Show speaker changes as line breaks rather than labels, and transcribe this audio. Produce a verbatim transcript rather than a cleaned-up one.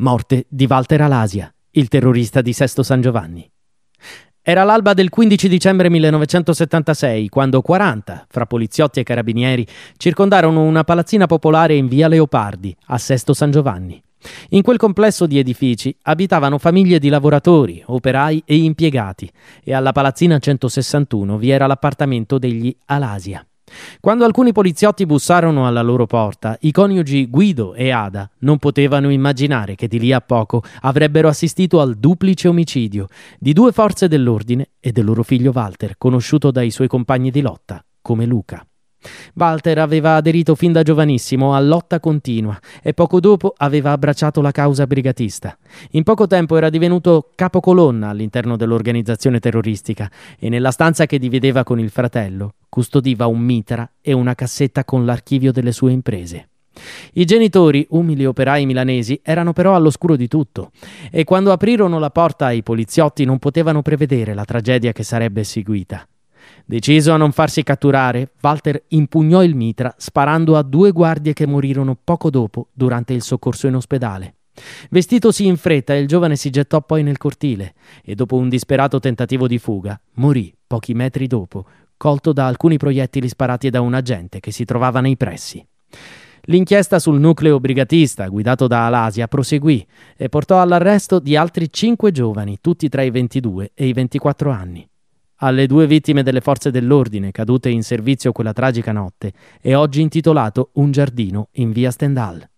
Morte di Walter Alasia, il terrorista di Sesto San Giovanni. Era l'alba del quindici dicembre millenovecentosettantasei, quando quaranta, fra poliziotti e carabinieri, circondarono una palazzina popolare in via Leopardi, a Sesto San Giovanni. In quel complesso di edifici abitavano famiglie di lavoratori, operai e impiegati, e alla palazzina centosessantuno vi era l'appartamento degli Alasia. Quando alcuni poliziotti bussarono alla loro porta, i coniugi Guido e Ada non potevano immaginare che di lì a poco avrebbero assistito al duplice omicidio di due forze dell'ordine e del loro figlio Walter, conosciuto dai suoi compagni di lotta come Luca. Walter aveva aderito fin da giovanissimo a lotta continua e poco dopo aveva abbracciato la causa brigatista. In poco tempo era divenuto capocolonna all'interno dell'organizzazione terroristica e nella stanza che divideva con il fratello custodiva un mitra e una cassetta con l'archivio delle sue imprese. I genitori, umili operai milanesi, erano però all'oscuro di tutto e quando aprirono la porta ai poliziotti non potevano prevedere la tragedia che sarebbe seguita. Deciso a non farsi catturare, Walter impugnò il mitra sparando a due guardie che morirono poco dopo durante il soccorso in ospedale. Vestitosi in fretta, il giovane si gettò poi nel cortile e dopo un disperato tentativo di fuga morì pochi metri dopo, colto da alcuni proiettili sparati da un agente che si trovava nei pressi. L'inchiesta sul nucleo brigatista guidato da Alasia proseguì e portò all'arresto di altri cinque giovani, tutti tra i ventidue e i ventiquattro anni. Alle due vittime delle forze dell'ordine cadute in servizio quella tragica notte è oggi intitolato un giardino in via Stendhal.